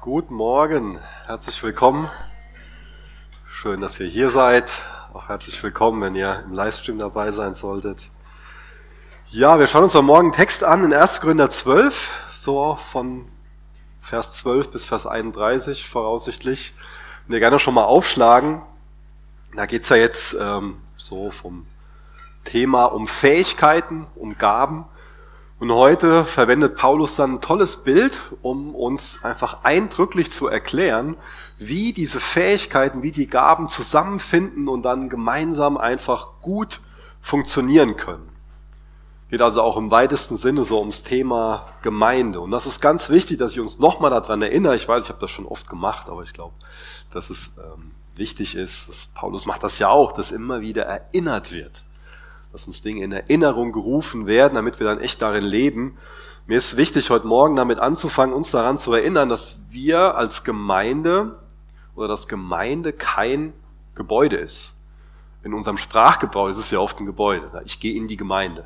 Guten Morgen, herzlich willkommen. Schön, dass ihr hier seid. Auch herzlich willkommen, wenn ihr im Livestream dabei sein solltet. Ja, wir schauen uns heute Morgen einen Text an in 1. Korinther 12, so von Vers 12 bis Vers 31 voraussichtlich. Und ihr gerne schon mal aufschlagen. Da geht's ja jetzt so vom Thema um Fähigkeiten, um Gaben. Und heute verwendet Paulus dann ein tolles Bild, um uns einfach eindrücklich zu erklären, wie diese Fähigkeiten, wie die Gaben zusammenfinden und dann gemeinsam einfach gut funktionieren können. Geht also auch im weitesten Sinne so ums Thema Gemeinde. Und das ist ganz wichtig, dass ich uns nochmal daran erinnere. Ich weiß, ich habe das schon oft gemacht, aber ich glaube, dass es wichtig ist, Paulus macht das ja auch, dass immer wieder erinnert wird. Dass uns Dinge in Erinnerung gerufen werden, damit wir dann echt darin leben. Mir ist wichtig, heute Morgen damit anzufangen, uns daran zu erinnern, dass wir als Gemeinde oder dass Gemeinde kein Gebäude ist. In unserem Sprachgebrauch ist es ja oft ein Gebäude. Ich gehe in die Gemeinde.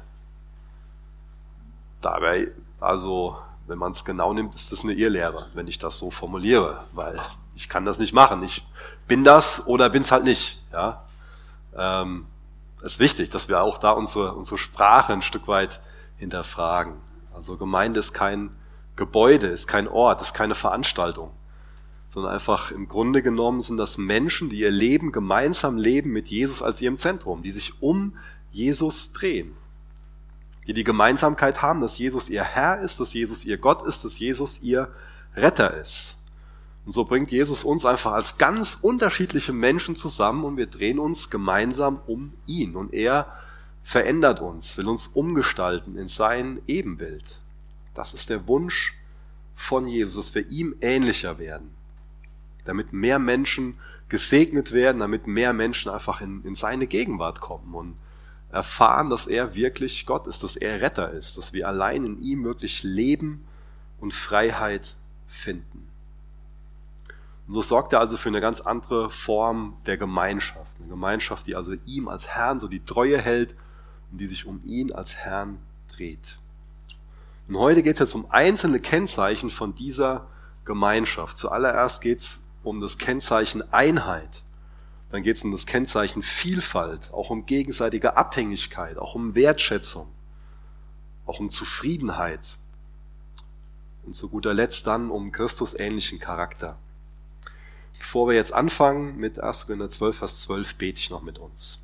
Dabei, also, wenn man es genau nimmt, ist das eine Irrlehre, wenn ich das so formuliere, weil ich kann das nicht machen. Ich bin das oder bin es halt nicht. Ja. Es ist wichtig, dass wir auch da unsere Sprache ein Stück weit hinterfragen. Also Gemeinde ist kein Gebäude, ist kein Ort, ist keine Veranstaltung, sondern einfach im Grunde genommen sind das Menschen, die ihr Leben gemeinsam leben mit Jesus als ihrem Zentrum, die sich um Jesus drehen, die Gemeinsamkeit haben, dass Jesus ihr Herr ist, dass Jesus ihr Gott ist, dass Jesus ihr Retter ist. Und so bringt Jesus uns einfach als ganz unterschiedliche Menschen zusammen und wir drehen uns gemeinsam um ihn. Und er verändert uns, will uns umgestalten in sein Ebenbild. Das ist der Wunsch von Jesus, dass wir ihm ähnlicher werden. Damit mehr Menschen gesegnet werden, damit mehr Menschen einfach in seine Gegenwart kommen und erfahren, dass er wirklich Gott ist, dass er Retter ist, dass wir allein in ihm wirklich Leben und Freiheit finden. Und so sorgt er also für eine ganz andere Form der Gemeinschaft. Eine Gemeinschaft, die also ihm als Herrn so die Treue hält und die sich um ihn als Herrn dreht. Und heute geht es jetzt um einzelne Kennzeichen von dieser Gemeinschaft. Zuallererst geht es um das Kennzeichen Einheit. Dann geht es um das Kennzeichen Vielfalt, auch um gegenseitige Abhängigkeit, auch um Wertschätzung, auch um Zufriedenheit. Und zu guter Letzt dann um Christusähnlichen Charakter. Bevor wir jetzt anfangen mit 1. Korinther 12, Vers 12, bete ich noch mit uns.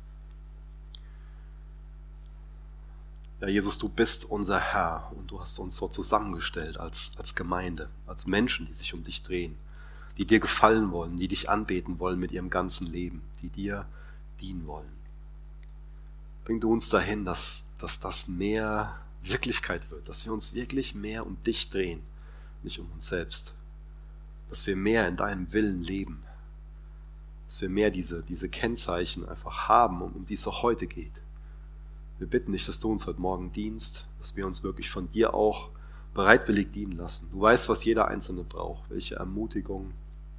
Ja, Jesus, du bist unser Herr und du hast uns so zusammengestellt als Gemeinde, als Menschen, die sich um dich drehen, die dir gefallen wollen, die dich anbeten wollen mit ihrem ganzen Leben, die dir dienen wollen. Bring du uns dahin, dass das mehr Wirklichkeit wird, dass wir uns wirklich mehr um dich drehen, nicht um uns selbst. Dass wir mehr in deinem Willen leben, dass wir mehr diese Kennzeichen einfach haben, um die es auch heute geht. Wir bitten dich, dass du uns heute Morgen dienst, dass wir uns wirklich von dir auch bereitwillig dienen lassen. Du weißt, was jeder Einzelne braucht, welche Ermutigung,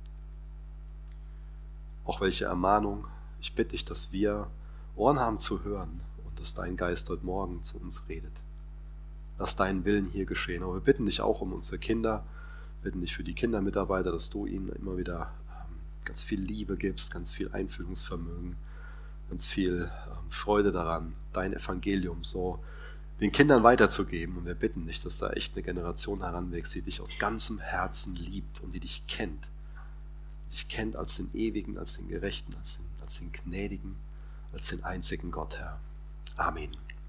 auch welche Ermahnung. Ich bitte dich, dass wir Ohren haben zu hören und dass dein Geist heute Morgen zu uns redet. Lass deinen Willen hier geschehen. Aber wir bitten dich auch um unsere Kinder, bitten dich für die Kindermitarbeiter, dass du ihnen immer wieder ganz viel Liebe gibst, ganz viel Einfühlungsvermögen, ganz viel Freude daran, dein Evangelium so den Kindern weiterzugeben. Und wir bitten dich, dass da echt eine Generation heranwächst, die dich aus ganzem Herzen liebt und die dich kennt. Dich kennt als den Ewigen, als den Gerechten, als den Gnädigen, als den einzigen Gott, Herr. Amen.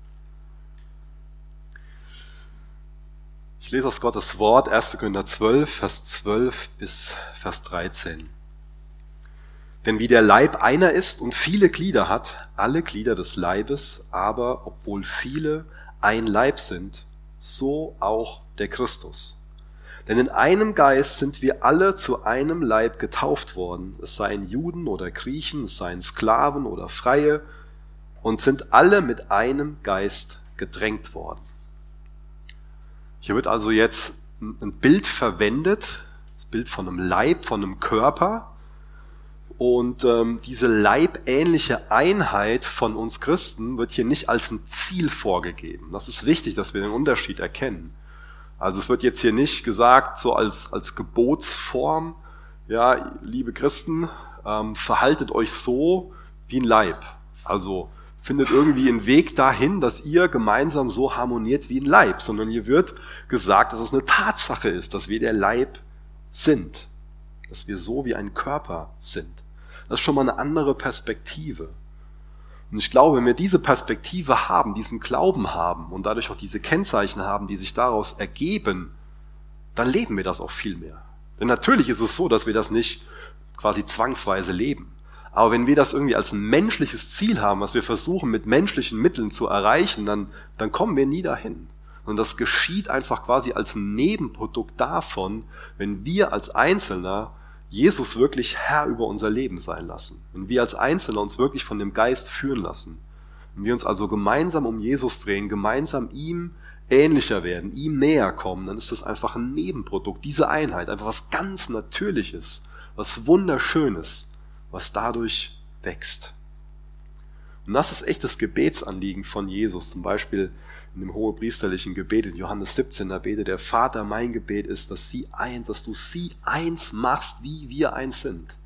Ich lese aus Gottes Wort, 1. Korinther 12, Vers 12 bis Vers 13. Denn wie der Leib einer ist und viele Glieder hat, alle Glieder des Leibes, aber obwohl viele ein Leib sind, so auch der Christus. Denn in einem Geist sind wir alle zu einem Leib getauft worden, es seien Juden oder Griechen, es seien Sklaven oder Freie, und sind alle mit einem Geist gedrängt worden. Hier wird also jetzt ein Bild verwendet, das Bild von einem Leib, von einem Körper. Und diese leibähnliche Einheit von uns Christen wird hier nicht als ein Ziel vorgegeben. Das ist wichtig, dass wir den Unterschied erkennen. Also es wird jetzt hier nicht gesagt, so als Gebotsform, ja, liebe Christen, verhaltet euch so wie ein Leib. Also findet irgendwie einen Weg dahin, dass ihr gemeinsam so harmoniert wie ein Leib, sondern hier wird gesagt, dass es eine Tatsache ist, dass wir der Leib sind, dass wir so wie ein Körper sind. Das ist schon mal eine andere Perspektive. Und ich glaube, wenn wir diese Perspektive haben, diesen Glauben haben und dadurch auch diese Kennzeichen haben, die sich daraus ergeben, dann leben wir das auch viel mehr. Denn natürlich ist es so, dass wir das nicht quasi zwangsweise leben. Aber wenn wir das irgendwie als ein menschliches Ziel haben, was wir versuchen mit menschlichen Mitteln zu erreichen, dann kommen wir nie dahin. Und das geschieht einfach quasi als ein Nebenprodukt davon, wenn wir als Einzelner Jesus wirklich Herr über unser Leben sein lassen. Wenn wir als Einzelner uns wirklich von dem Geist führen lassen. Wenn wir uns also gemeinsam um Jesus drehen, gemeinsam ihm ähnlicher werden, ihm näher kommen, dann ist das einfach ein Nebenprodukt, diese Einheit, einfach was ganz Natürliches, was Wunderschönes, was dadurch wächst. Und das ist echt das Gebetsanliegen von Jesus, zum Beispiel in dem hohepriesterlichen Gebet in Johannes 17, da betet der Vater, mein Gebet ist, dass du sie eins machst, wie wir eins sind.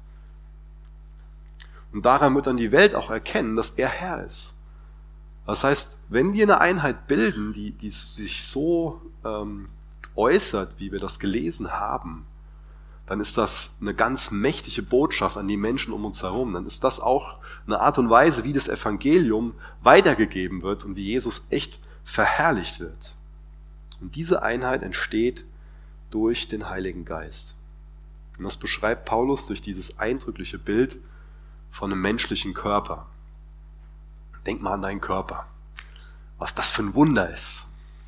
Und daran wird dann die Welt auch erkennen, dass er Herr ist. Das heißt, wenn wir eine Einheit bilden, die sich so äußert, wie wir das gelesen haben, dann ist das eine ganz mächtige Botschaft an die Menschen um uns herum. Dann ist das auch eine Art und Weise, wie das Evangelium weitergegeben wird und wie Jesus echt verherrlicht wird. Und diese Einheit entsteht durch den Heiligen Geist. Und das beschreibt Paulus durch dieses eindrückliche Bild von einem menschlichen Körper. Denk mal an deinen Körper, was das für ein Wunder ist.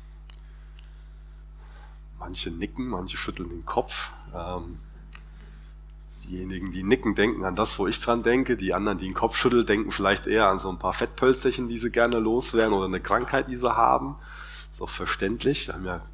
Manche nicken, manche schütteln den Kopf. Diejenigen, die nicken, denken an das, wo ich dran denke. Die anderen, die den Kopf schütteln, denken vielleicht eher an so ein paar Fettpölsterchen, die sie gerne loswerden oder eine Krankheit, die sie haben. Ist auch verständlich.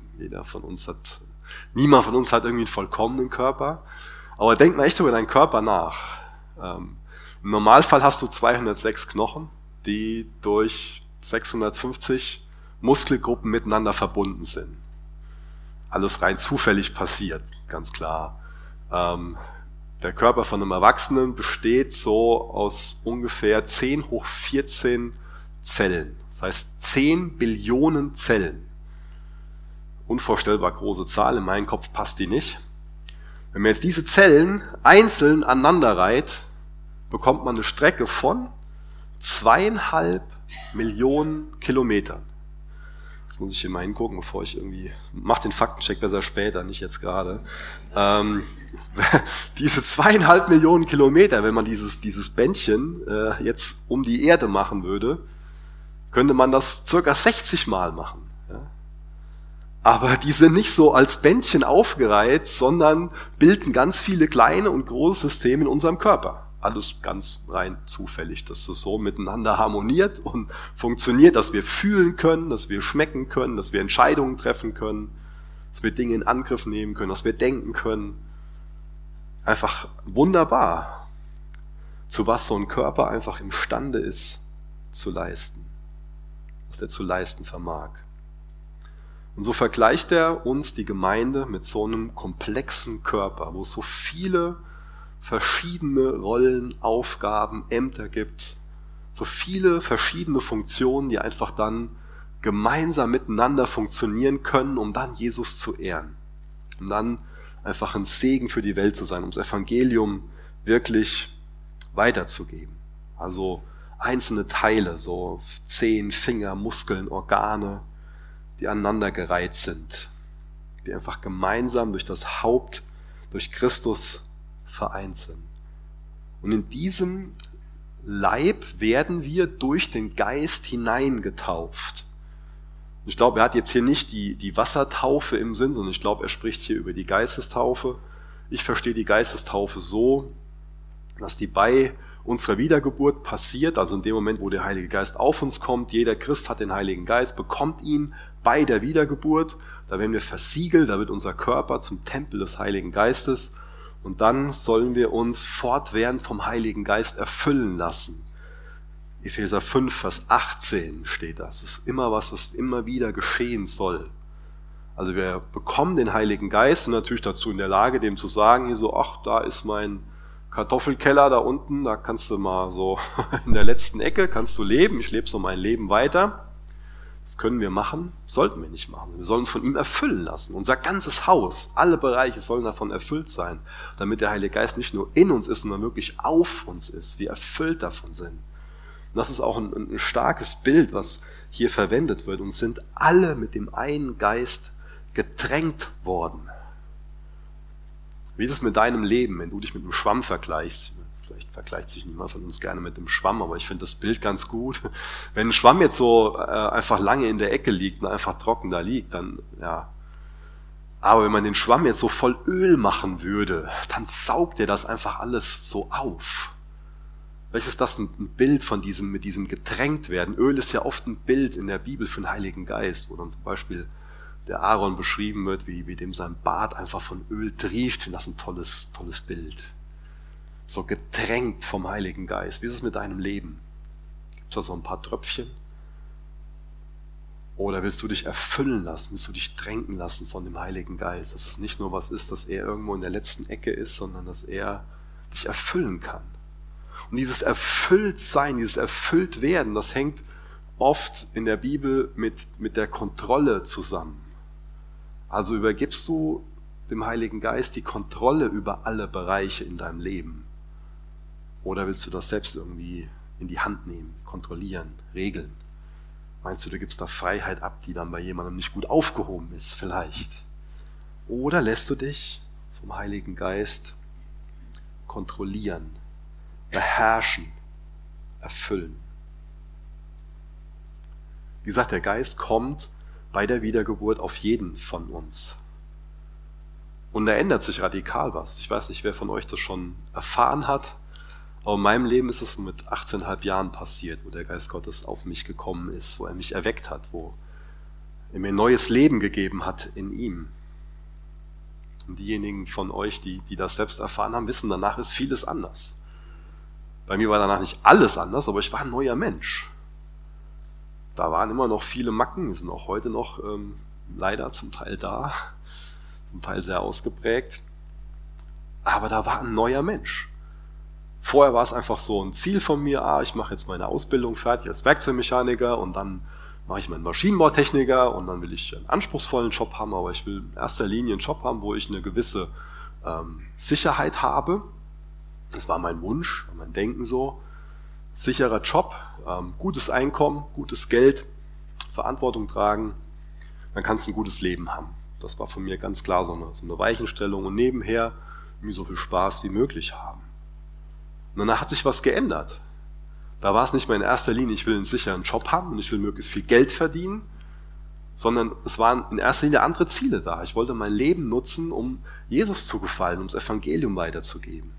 Niemand von uns hat irgendwie einen vollkommenen Körper. Aber denk mal echt über deinen Körper nach. Im Normalfall hast du 206 Knochen, die durch 650 Muskelgruppen miteinander verbunden sind. Alles rein zufällig passiert, ganz klar. Der Körper von einem Erwachsenen besteht so aus ungefähr 10 hoch 14 Zellen. Das heißt 10 Billionen Zellen. Unvorstellbar große Zahl, in meinen Kopf passt die nicht. Wenn man jetzt diese Zellen einzeln aneinander reiht, bekommt man eine Strecke von 2,5 Millionen Kilometern. Jetzt muss ich hier mal hingucken, bevor ich mach den Faktencheck besser später, nicht jetzt gerade. Diese 2,5 Millionen Kilometer, wenn man dieses Bändchen jetzt um die Erde machen würde, könnte man das circa 60 Mal machen. Ja? Aber die sind nicht so als Bändchen aufgereiht, sondern bilden ganz viele kleine und große Systeme in unserem Körper. Alles ganz rein zufällig, dass das so miteinander harmoniert und funktioniert, dass wir fühlen können, dass wir schmecken können, dass wir Entscheidungen treffen können, dass wir Dinge in Angriff nehmen können, dass wir denken können. Einfach wunderbar, zu was so ein Körper einfach imstande ist zu leisten, was er zu leisten vermag. Und so vergleicht er uns die Gemeinde mit so einem komplexen Körper, wo es so viele verschiedene Rollen, Aufgaben, Ämter gibt, so viele verschiedene Funktionen, die einfach dann gemeinsam miteinander funktionieren können, um dann Jesus zu ehren, um dann einfach ein Segen für die Welt zu sein, um das Evangelium wirklich weiterzugeben. Also einzelne Teile, so Zehen, Finger, Muskeln, Organe, die aneinandergereiht sind, die einfach gemeinsam durch das Haupt, durch Christus vereint sind. Und in diesem Leib werden wir durch den Geist hineingetauft. Ich glaube, er hat jetzt hier nicht die Wassertaufe im Sinn, sondern ich glaube, er spricht hier über die Geistestaufe. Ich verstehe die Geistestaufe so, dass die bei unserer Wiedergeburt passiert, also in dem Moment, wo der Heilige Geist auf uns kommt. Jeder Christ hat den Heiligen Geist, bekommt ihn bei der Wiedergeburt. Da werden wir versiegelt, da wird unser Körper zum Tempel des Heiligen Geistes. Und dann sollen wir uns fortwährend vom Heiligen Geist erfüllen lassen. Epheser 5, Vers 18 steht das. Das ist immer was immer wieder geschehen soll. Also wir bekommen den Heiligen Geist und natürlich dazu in der Lage, dem zu sagen, hier so, ach, da ist mein Kartoffelkeller da unten, da kannst du mal so in der letzten Ecke, kannst du leben, ich lebe so mein Leben weiter. Das können wir machen, sollten wir nicht machen. Wir sollen uns von ihm erfüllen lassen. Unser ganzes Haus, alle Bereiche sollen davon erfüllt sein, damit der Heilige Geist nicht nur in uns ist, sondern wirklich auf uns ist, wir erfüllt davon sind. Und das ist auch ein starkes Bild, was hier verwendet wird. Und sind alle mit dem einen Geist getränkt worden. Wie ist es mit deinem Leben, wenn du dich mit einem Schwamm vergleichst? Vielleicht vergleicht sich niemand von uns gerne mit dem Schwamm, aber ich finde das Bild ganz gut. Wenn ein Schwamm jetzt so einfach lange in der Ecke liegt und einfach trocken da liegt, dann, ja. Aber wenn man den Schwamm jetzt so voll Öl machen würde, dann saugt er das einfach alles so auf. Welches ist das ein Bild von mit diesem getränkt werden? Öl ist ja oft ein Bild in der Bibel für den Heiligen Geist, wo dann zum Beispiel der Aaron beschrieben wird, wie dem sein Bart einfach von Öl trieft. Ich finde das ein tolles Bild. So getränkt vom Heiligen Geist. Wie ist es mit deinem Leben? Gibt es da so ein paar Tröpfchen? Oder willst du dich erfüllen lassen? Willst du dich tränken lassen von dem Heiligen Geist? Dass es nicht nur was ist, dass er irgendwo in der letzten Ecke ist, sondern dass er dich erfüllen kann. Und dieses Erfülltsein, dieses Erfülltwerden, das hängt oft in der Bibel mit der Kontrolle zusammen. Also übergibst du dem Heiligen Geist die Kontrolle über alle Bereiche in deinem Leben. Oder willst du das selbst irgendwie in die Hand nehmen, kontrollieren, regeln? Meinst du gibst da Freiheit ab, die dann bei jemandem nicht gut aufgehoben ist, vielleicht? Oder lässt du dich vom Heiligen Geist kontrollieren, beherrschen, erfüllen? Wie gesagt, der Geist kommt bei der Wiedergeburt auf jeden von uns. Und da ändert sich radikal was. Ich weiß nicht, wer von euch das schon erfahren hat, aber in meinem Leben ist es mit 18,5 Jahren passiert, wo der Geist Gottes auf mich gekommen ist, wo er mich erweckt hat, wo er mir ein neues Leben gegeben hat in ihm. Und diejenigen von euch, die das selbst erfahren haben, wissen, danach ist vieles anders. Bei mir war danach nicht alles anders, aber ich war ein neuer Mensch. Da waren immer noch viele Macken, die sind auch heute noch leider zum Teil da, zum Teil sehr ausgeprägt. Aber da war ein neuer Mensch. Vorher war es einfach so ein Ziel von mir, ich mache jetzt meine Ausbildung fertig als Werkzeugmechaniker und dann mache ich meinen Maschinenbautechniker und dann will ich einen anspruchsvollen Job haben, aber ich will in erster Linie einen Job haben, wo ich eine gewisse Sicherheit habe. Das war mein Wunsch, mein Denken so. Sicherer Job, gutes Einkommen, gutes Geld, Verantwortung tragen, dann kannst du ein gutes Leben haben. Das war von mir ganz klar so eine Weichenstellung und nebenher mir so viel Spaß wie möglich haben. Und dann hat sich was geändert. Da war es nicht mehr in erster Linie, ich will einen sicheren Job haben und ich will möglichst viel Geld verdienen, sondern es waren in erster Linie andere Ziele da. Ich wollte mein Leben nutzen, um Jesus zu gefallen, um das Evangelium weiterzugeben.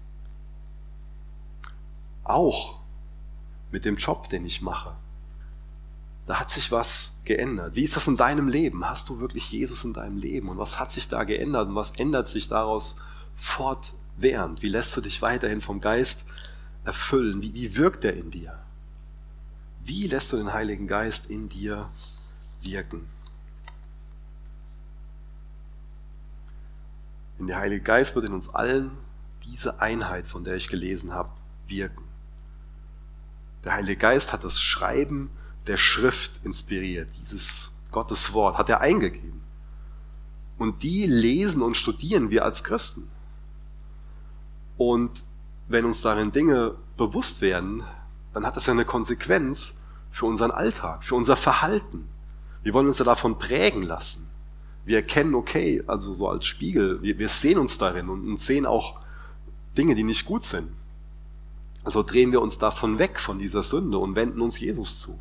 Auch mit dem Job, den ich mache. Da hat sich was geändert. Wie ist das in deinem Leben? Hast du wirklich Jesus in deinem Leben? Und was hat sich da geändert? Und was ändert sich daraus fortwährend? Wie lässt du dich weiterhin vom Geist erfüllen? Wie wirkt er in dir? Wie lässt du den Heiligen Geist in dir wirken? In der Heilige Geist wird in uns allen diese Einheit, von der ich gelesen habe, wirken. Der Heilige Geist hat das Schreiben der Schrift inspiriert. Dieses Gottes Wort hat er eingegeben. Und die lesen und studieren wir als Christen. Und wenn uns darin Dinge bewusst werden, dann hat das ja eine Konsequenz für unseren Alltag, für unser Verhalten. Wir wollen uns ja davon prägen lassen. Wir erkennen, okay, also so als Spiegel, wir sehen uns darin und sehen auch Dinge, die nicht gut sind. Also drehen wir uns davon weg, von dieser Sünde und wenden uns Jesus zu.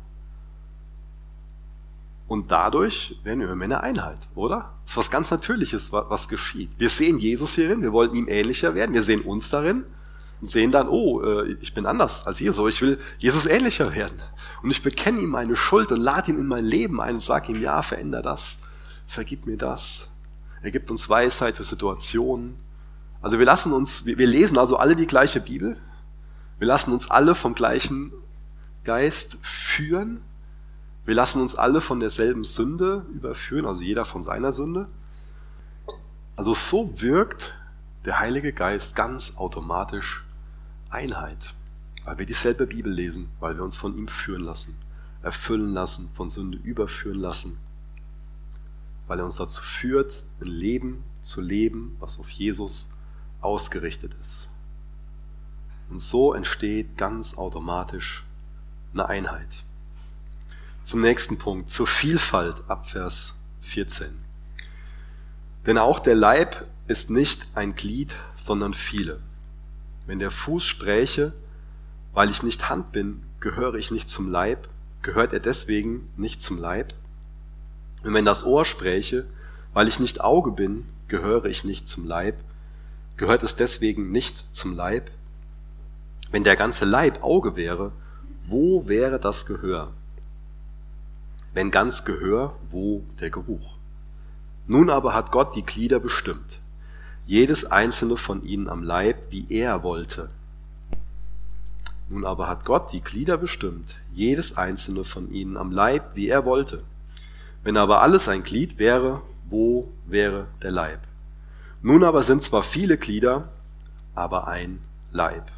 Und dadurch werden wir immer eine Einheit, oder? Das ist was ganz Natürliches, was geschieht. Wir sehen Jesus hierin, wir wollen ihm ähnlicher werden, wir sehen uns darin und sehen dann, ich bin anders als Jesus, aber ich will Jesus ähnlicher werden. Und ich bekenne ihm meine Schuld und lade ihn in mein Leben ein und sage ihm, ja, veränder das, vergib mir das. Er gibt uns Weisheit für Situationen. Also wir lesen also alle die gleiche Bibel, wir lassen uns alle vom gleichen Geist führen. Wir lassen uns alle von derselben Sünde überführen, also jeder von seiner Sünde. Also so wirkt der Heilige Geist ganz automatisch Einheit, weil wir dieselbe Bibel lesen, weil wir uns von ihm führen lassen, erfüllen lassen, von Sünde überführen lassen, weil er uns dazu führt, ein Leben zu leben, was auf Jesus ausgerichtet ist. Und so entsteht ganz automatisch eine Einheit. Zum nächsten Punkt, zur Vielfalt ab Vers 14. Denn auch der Leib ist nicht ein Glied, sondern viele. Wenn der Fuß spräche, weil ich nicht Hand bin, gehöre ich nicht zum Leib, gehört er deswegen nicht zum Leib? Und wenn das Ohr spräche, weil ich nicht Auge bin, gehöre ich nicht zum Leib, gehört es deswegen nicht zum Leib? Wenn der ganze Leib Auge wäre, wo wäre das Gehör? Wenn ganz Gehör, wo der Geruch? Nun aber hat Gott die Glieder bestimmt, jedes einzelne von ihnen am Leib, wie er wollte. Nun aber hat Gott die Glieder bestimmt, jedes einzelne von ihnen am Leib, wie er wollte. Wenn aber alles ein Glied wäre, wo wäre der Leib? Nun aber sind zwar viele Glieder, aber ein Leib.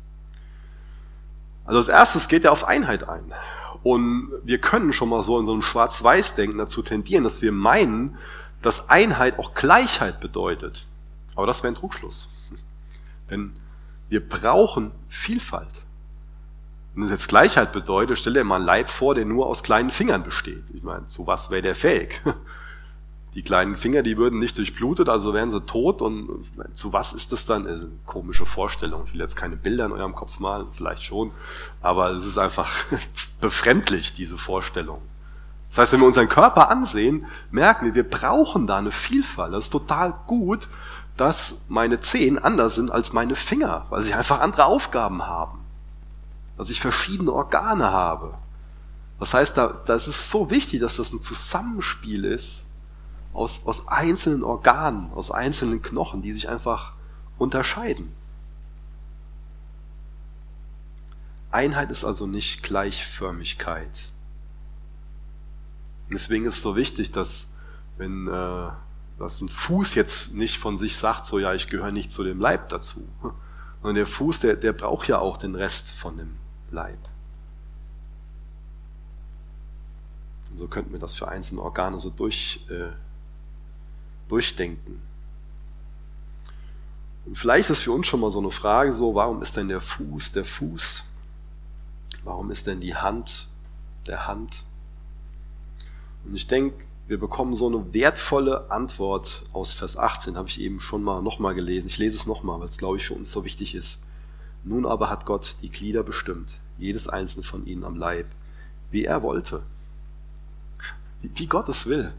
Also als erstes geht er auf Einheit ein. Und wir können schon mal so in so einem Schwarz-Weiß-Denken dazu tendieren, dass wir meinen, dass Einheit auch Gleichheit bedeutet. Aber das wäre ein Trugschluss. Denn wir brauchen Vielfalt. Wenn es jetzt Gleichheit bedeutet, stell dir mal einen Leib vor, der nur aus kleinen Fingern besteht. Ich meine, zu was wäre der fähig? Die kleinen Finger, die würden nicht durchblutet, also wären sie tot. Und zu was ist das dann? Das ist eine komische Vorstellung. Ich will jetzt keine Bilder in eurem Kopf malen, vielleicht schon. Aber es ist einfach befremdlich, diese Vorstellung. Das heißt, wenn wir unseren Körper ansehen, merken wir brauchen da eine Vielfalt. Das ist total gut, dass meine Zehen anders sind als meine Finger, weil sie einfach andere Aufgaben haben. Dass ich verschiedene Organe habe. Das heißt, das ist so wichtig, dass das ein Zusammenspiel ist aus einzelnen Organen, aus einzelnen Knochen, die sich einfach unterscheiden. Einheit ist also nicht Gleichförmigkeit. Deswegen ist es so wichtig, dass wenn dass ein Fuß jetzt nicht von sich sagt, so ja, ich gehöre nicht zu dem Leib dazu. Und der Fuß, der braucht ja auch den Rest von dem Leib. Und so könnten wir das für einzelne Organe so durchdenken. Und vielleicht ist es für uns schon mal so eine Frage, so, warum ist denn der Fuß der Fuß? Warum ist denn die Hand der Hand? Und ich denke, wir bekommen so eine wertvolle Antwort aus Vers 18, habe ich eben schon mal nochmal gelesen. Ich lese es nochmal, weil es, glaube ich, für uns so wichtig ist. Nun aber hat Gott die Glieder bestimmt, jedes einzelne von ihnen am Leib, wie er wollte. Wie Gott es will.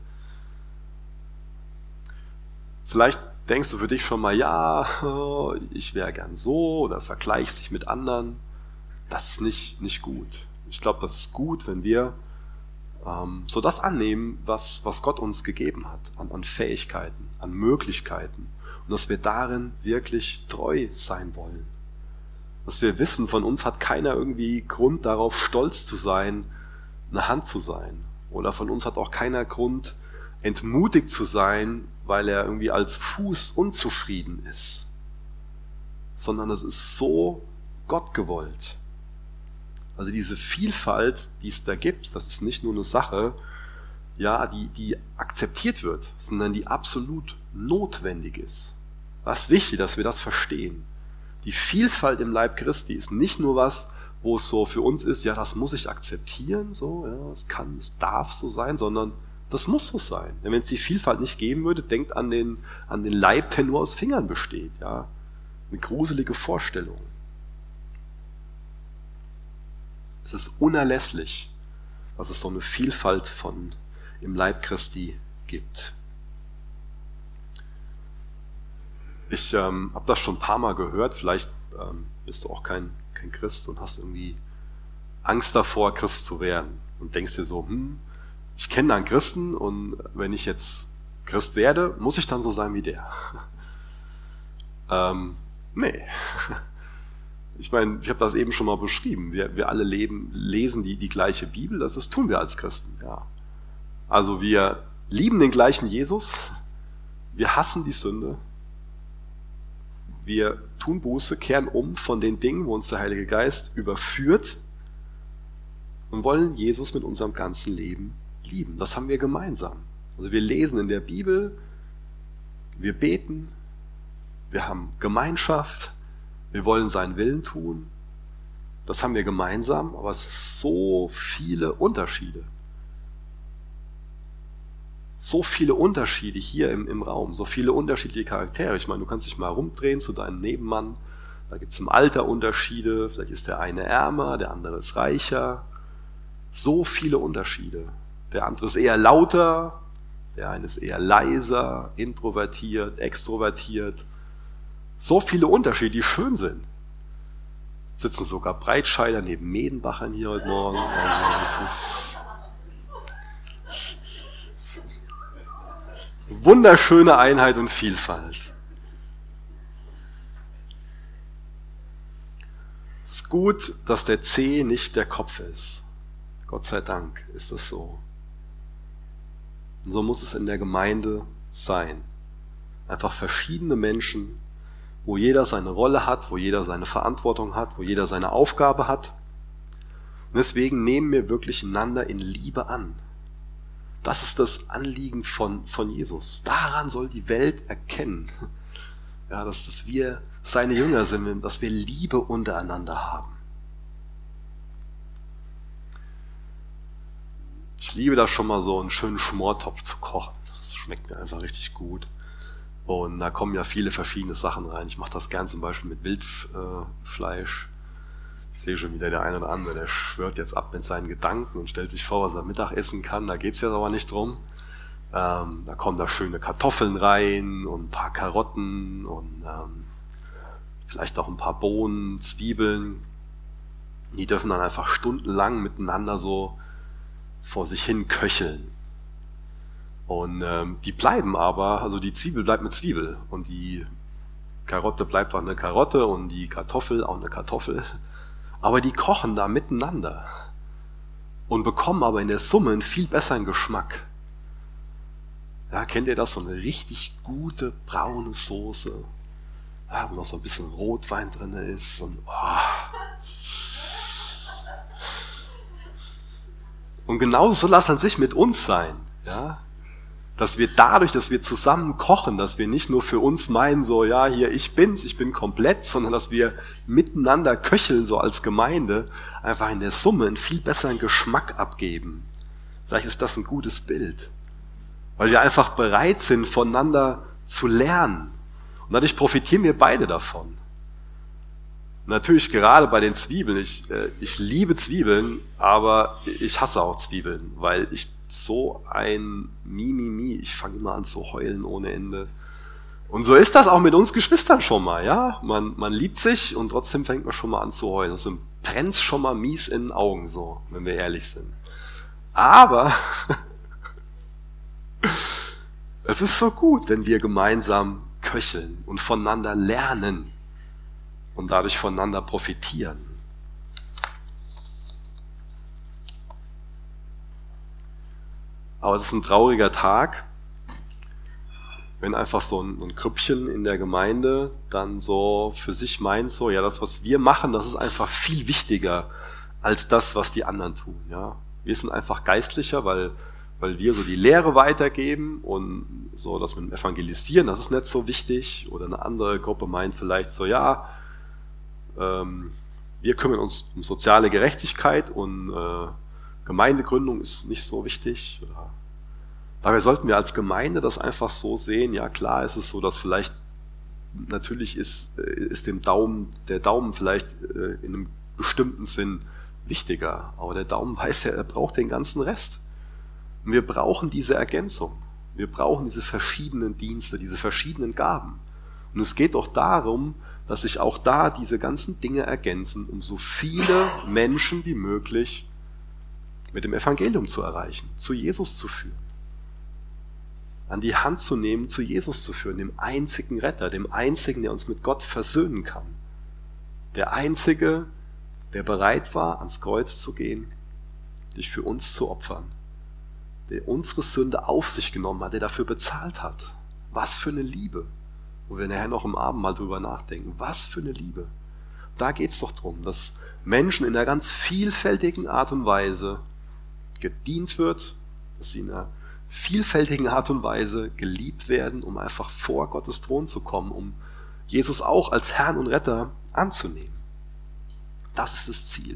Vielleicht denkst du für dich schon mal, ja, ich wäre gern so oder vergleichst dich mit anderen. Das ist nicht gut. Ich glaube, das ist gut, wenn wir so das annehmen, was Gott uns gegeben hat, an Fähigkeiten, an Möglichkeiten. Und dass wir darin wirklich treu sein wollen. Dass wir wissen, von uns hat keiner irgendwie Grund darauf, stolz zu sein, eine Hand zu sein. Oder von uns hat auch keiner Grund, entmutigt zu sein, weil er irgendwie als Fuß unzufrieden ist. Sondern es ist so Gott gewollt. Also diese Vielfalt, die es da gibt, das ist nicht nur eine Sache, ja, die akzeptiert wird, sondern die absolut notwendig ist. Das ist wichtig, dass wir das verstehen. Die Vielfalt im Leib Christi ist nicht nur was, wo es so für uns ist, ja, das muss ich akzeptieren, so, ja, es darf so sein, sondern das muss so sein. Denn wenn es die Vielfalt nicht geben würde, denkt an den Leib, der nur aus Fingern besteht, ja. Eine gruselige Vorstellung. Es ist unerlässlich, dass es so eine Vielfalt im Leib Christi gibt. Ich habe das schon ein paar Mal gehört, vielleicht bist du auch kein Christ und hast irgendwie Angst davor, Christ zu werden und denkst dir so, ich kenne einen Christen und wenn ich jetzt Christ werde, muss ich dann so sein wie der? Nee. Ich meine, ich habe das eben schon mal beschrieben. Wir alle lesen die gleiche Bibel, das tun wir als Christen. Ja. Also wir lieben den gleichen Jesus, wir hassen die Sünde, wir tun Buße, kehren um von den Dingen, wo uns der Heilige Geist überführt und wollen Jesus mit unserem ganzen Leben lieben. Das haben wir gemeinsam. Also wir lesen in der Bibel, wir beten, wir haben Gemeinschaft, wir wollen seinen Willen tun. Das haben wir gemeinsam, aber es sind so viele Unterschiede. So viele Unterschiede hier im Raum, so viele unterschiedliche Charaktere. Ich meine, du kannst dich mal rumdrehen zu deinem Nebenmann, da gibt es im Alter Unterschiede, vielleicht ist der eine ärmer, der andere ist reicher. So viele Unterschiede. Der andere ist eher lauter, der eine ist eher leiser, introvertiert, extrovertiert. So viele Unterschiede, die schön sind. Sitzen sogar Breitscheider neben Medenbachern hier heute Morgen. Also es ist wunderschöne Einheit und Vielfalt. Es ist gut, dass der Zeh nicht der Kopf ist. Gott sei Dank ist das so. Und so muss es in der Gemeinde sein. Einfach verschiedene Menschen, wo jeder seine Rolle hat, wo jeder seine Verantwortung hat, wo jeder seine Aufgabe hat. Und deswegen nehmen wir wirklich einander in Liebe an. Das ist das Anliegen von Jesus. Daran soll die Welt erkennen, ja, dass wir seine Jünger sind, dass wir Liebe untereinander haben. Ich liebe das schon mal so, einen schönen Schmortopf zu kochen. Das schmeckt mir einfach richtig gut. Und da kommen ja viele verschiedene Sachen rein. Ich mache das gern zum Beispiel mit Wildfleisch. Ich sehe schon wieder der eine oder andere, der schwört jetzt ab mit seinen Gedanken und stellt sich vor, was er Mittag essen kann. Da geht's jetzt aber nicht drum. Da kommen da schöne Kartoffeln rein und ein paar Karotten und vielleicht auch ein paar Bohnen, Zwiebeln. Die dürfen dann einfach stundenlang miteinander so vor sich hin köcheln. Und die bleiben aber, also die Zwiebel bleibt eine Zwiebel und die Karotte bleibt auch eine Karotte und die Kartoffel auch eine Kartoffel. Aber die kochen da miteinander und bekommen aber in der Summe einen viel besseren Geschmack. Ja, kennt ihr das? So eine richtig gute braune Soße, ja, wo noch so ein bisschen Rotwein drin ist und Und genauso soll das an sich mit uns sein, ja? Dass wir dadurch, dass wir zusammen kochen, dass wir nicht nur für uns meinen, so, ja, hier, ich bin komplett, sondern dass wir miteinander köcheln, so als Gemeinde, einfach in der Summe einen viel besseren Geschmack abgeben. Vielleicht ist das ein gutes Bild. Weil wir einfach bereit sind, voneinander zu lernen. Und dadurch profitieren wir beide davon. Natürlich gerade bei den Zwiebeln. Ich liebe Zwiebeln, aber ich hasse auch Zwiebeln, weil ich so ein Mimimi, ich fange immer an zu heulen ohne Ende. Und so ist das auch mit uns Geschwistern schon mal, ja. Man liebt sich und trotzdem fängt man schon mal an zu heulen. Also brennt schon mal mies in den Augen, so, wenn wir ehrlich sind. Aber es ist so gut, wenn wir gemeinsam köcheln und voneinander lernen und dadurch voneinander profitieren. Aber es ist ein trauriger Tag, wenn einfach so ein Grüppchen in der Gemeinde dann so für sich meint, so, ja, das, was wir machen, das ist einfach viel wichtiger als das, was die anderen tun. Ja, wir sind einfach geistlicher, weil wir so die Lehre weitergeben und so, dass mit dem Evangelisieren, das ist nicht so wichtig. Oder eine andere Gruppe meint vielleicht so, ja, wir kümmern uns um soziale Gerechtigkeit und Gemeindegründung ist nicht so wichtig. Oder dabei sollten wir als Gemeinde das einfach so sehen, ja klar ist es so, dass vielleicht, natürlich ist der Daumen vielleicht in einem bestimmten Sinn wichtiger, aber der Daumen weiß ja, er braucht den ganzen Rest. Und wir brauchen diese Ergänzung. Wir brauchen diese verschiedenen Dienste, diese verschiedenen Gaben. Und es geht doch darum, dass sich auch da diese ganzen Dinge ergänzen, um so viele Menschen wie möglich mit dem Evangelium zu erreichen, zu Jesus zu führen. An die Hand zu nehmen, zu Jesus zu führen, dem einzigen Retter, dem einzigen, der uns mit Gott versöhnen kann. Der Einzige, der bereit war, ans Kreuz zu gehen, sich für uns zu opfern, der unsere Sünde auf sich genommen hat, der dafür bezahlt hat. Was für eine Liebe. Wo wir nachher noch im Abend mal drüber nachdenken. Was für eine Liebe. Da geht es doch darum, dass Menschen in einer ganz vielfältigen Art und Weise gedient wird, dass sie in einer vielfältigen Art und Weise geliebt werden, um einfach vor Gottes Thron zu kommen, um Jesus auch als Herrn und Retter anzunehmen. Das ist das Ziel.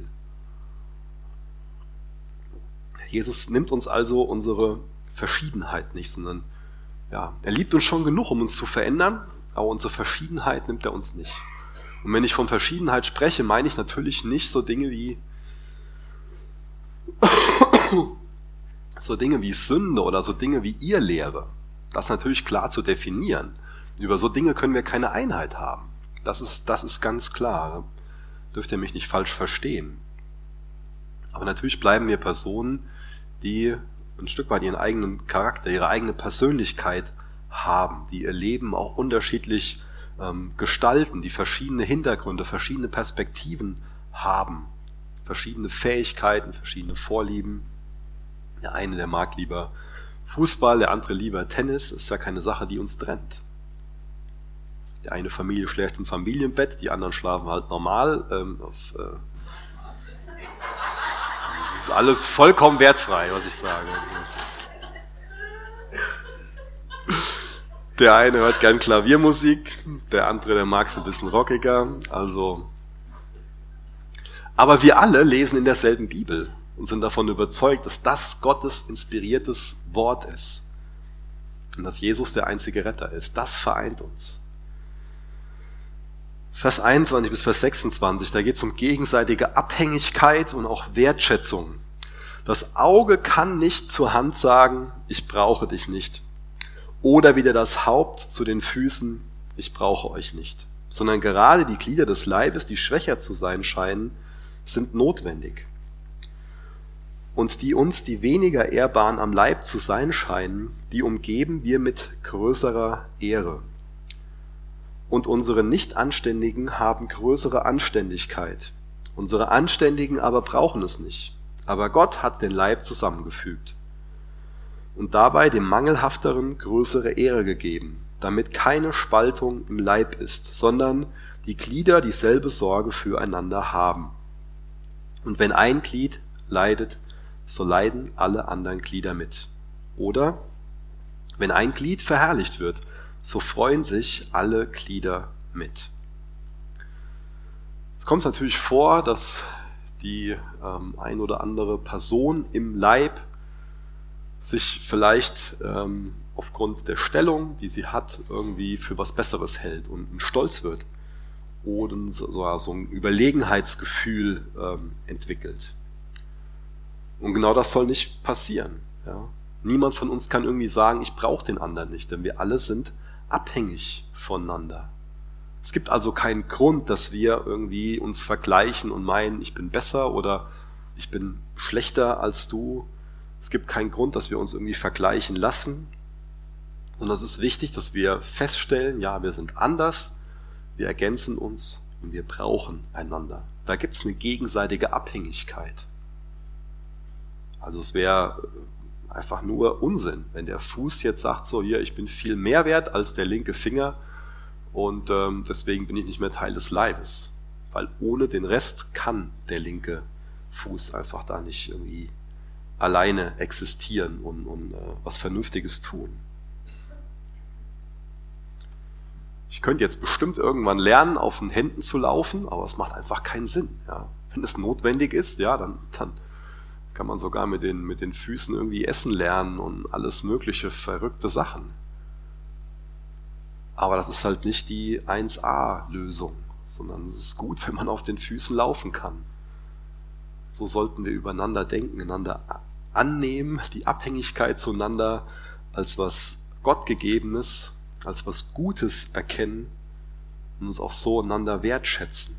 Jesus nimmt uns also unsere Verschiedenheit nicht, sondern ja, er liebt uns schon genug, um uns zu verändern, aber unsere Verschiedenheit nimmt er uns nicht. Und wenn ich von Verschiedenheit spreche, meine ich natürlich nicht so Dinge wie Sünde oder so Dinge wie Irrlehre. Das ist natürlich klar zu definieren. Über so Dinge können wir keine Einheit haben. Das ist ganz klar. Da dürft ihr mich nicht falsch verstehen. Aber natürlich bleiben wir Personen, die ein Stück weit ihren eigenen Charakter, ihre eigene Persönlichkeit haben, die ihr Leben auch unterschiedlich gestalten, die verschiedene Hintergründe, verschiedene Perspektiven haben, verschiedene Fähigkeiten, verschiedene Vorlieben. Der eine, der mag lieber Fußball, der andere lieber Tennis. Das ist ja keine Sache, die uns trennt. Die eine Familie schläft im Familienbett, die anderen schlafen halt normal. Das ist alles vollkommen wertfrei, was ich sage. Der eine hört gern Klaviermusik, der andere, der mag es ein bisschen rockiger. Aber wir alle lesen in derselben Bibel und sind davon überzeugt, dass das Gottes inspiriertes Wort ist und dass Jesus der einzige Retter ist. Das vereint uns. Vers 21 bis Vers 26, da geht es um gegenseitige Abhängigkeit und auch Wertschätzung. Das Auge kann nicht zur Hand sagen, ich brauche dich nicht. Oder wieder das Haupt zu den Füßen, ich brauche euch nicht. Sondern gerade die Glieder des Leibes, die schwächer zu sein scheinen, sind notwendig. Und die uns, die weniger ehrbaren am Leib zu sein scheinen, die umgeben wir mit größerer Ehre. Und unsere Nicht-Anständigen haben größere Anständigkeit. Unsere Anständigen aber brauchen es nicht. Aber Gott hat den Leib zusammengefügt und dabei dem Mangelhafteren größere Ehre gegeben, damit keine Spaltung im Leib ist, sondern die Glieder dieselbe Sorge füreinander haben. Und wenn ein Glied leidet, so leiden alle anderen Glieder mit. Oder wenn ein Glied verherrlicht wird, so freuen sich alle Glieder mit. Jetzt kommt es natürlich vor, dass die ein oder andere Person im Leib sich vielleicht aufgrund der Stellung, die sie hat, irgendwie für was Besseres hält und stolz wird oder so ein Überlegenheitsgefühl entwickelt. Und genau das soll nicht passieren. Ja? Niemand von uns kann irgendwie sagen, ich brauche den anderen nicht, denn wir alle sind abhängig voneinander. Es gibt also keinen Grund, dass wir irgendwie uns vergleichen und meinen, ich bin besser oder ich bin schlechter als du. Es gibt keinen Grund, dass wir uns irgendwie vergleichen lassen, sondern es ist wichtig, dass wir feststellen, ja, wir sind anders, wir ergänzen uns und wir brauchen einander. Da gibt es eine gegenseitige Abhängigkeit. Also es wäre einfach nur Unsinn, wenn der Fuß jetzt sagt, so hier, ich bin viel mehr wert als der linke Finger und deswegen bin ich nicht mehr Teil des Leibes. Weil ohne den Rest kann der linke Fuß einfach da nicht irgendwie alleine existieren und was Vernünftiges tun. Ich könnte jetzt bestimmt irgendwann lernen, auf den Händen zu laufen, aber es macht einfach keinen Sinn. Ja. Wenn es notwendig ist, ja, dann kann man sogar mit den Füßen irgendwie essen lernen und alles mögliche verrückte Sachen. Aber das ist halt nicht die 1A-Lösung, sondern es ist gut, wenn man auf den Füßen laufen kann. So sollten wir übereinander denken, einander annehmen, die Abhängigkeit zueinander als was Gottgegebenes, als was Gutes erkennen und uns auch so einander wertschätzen.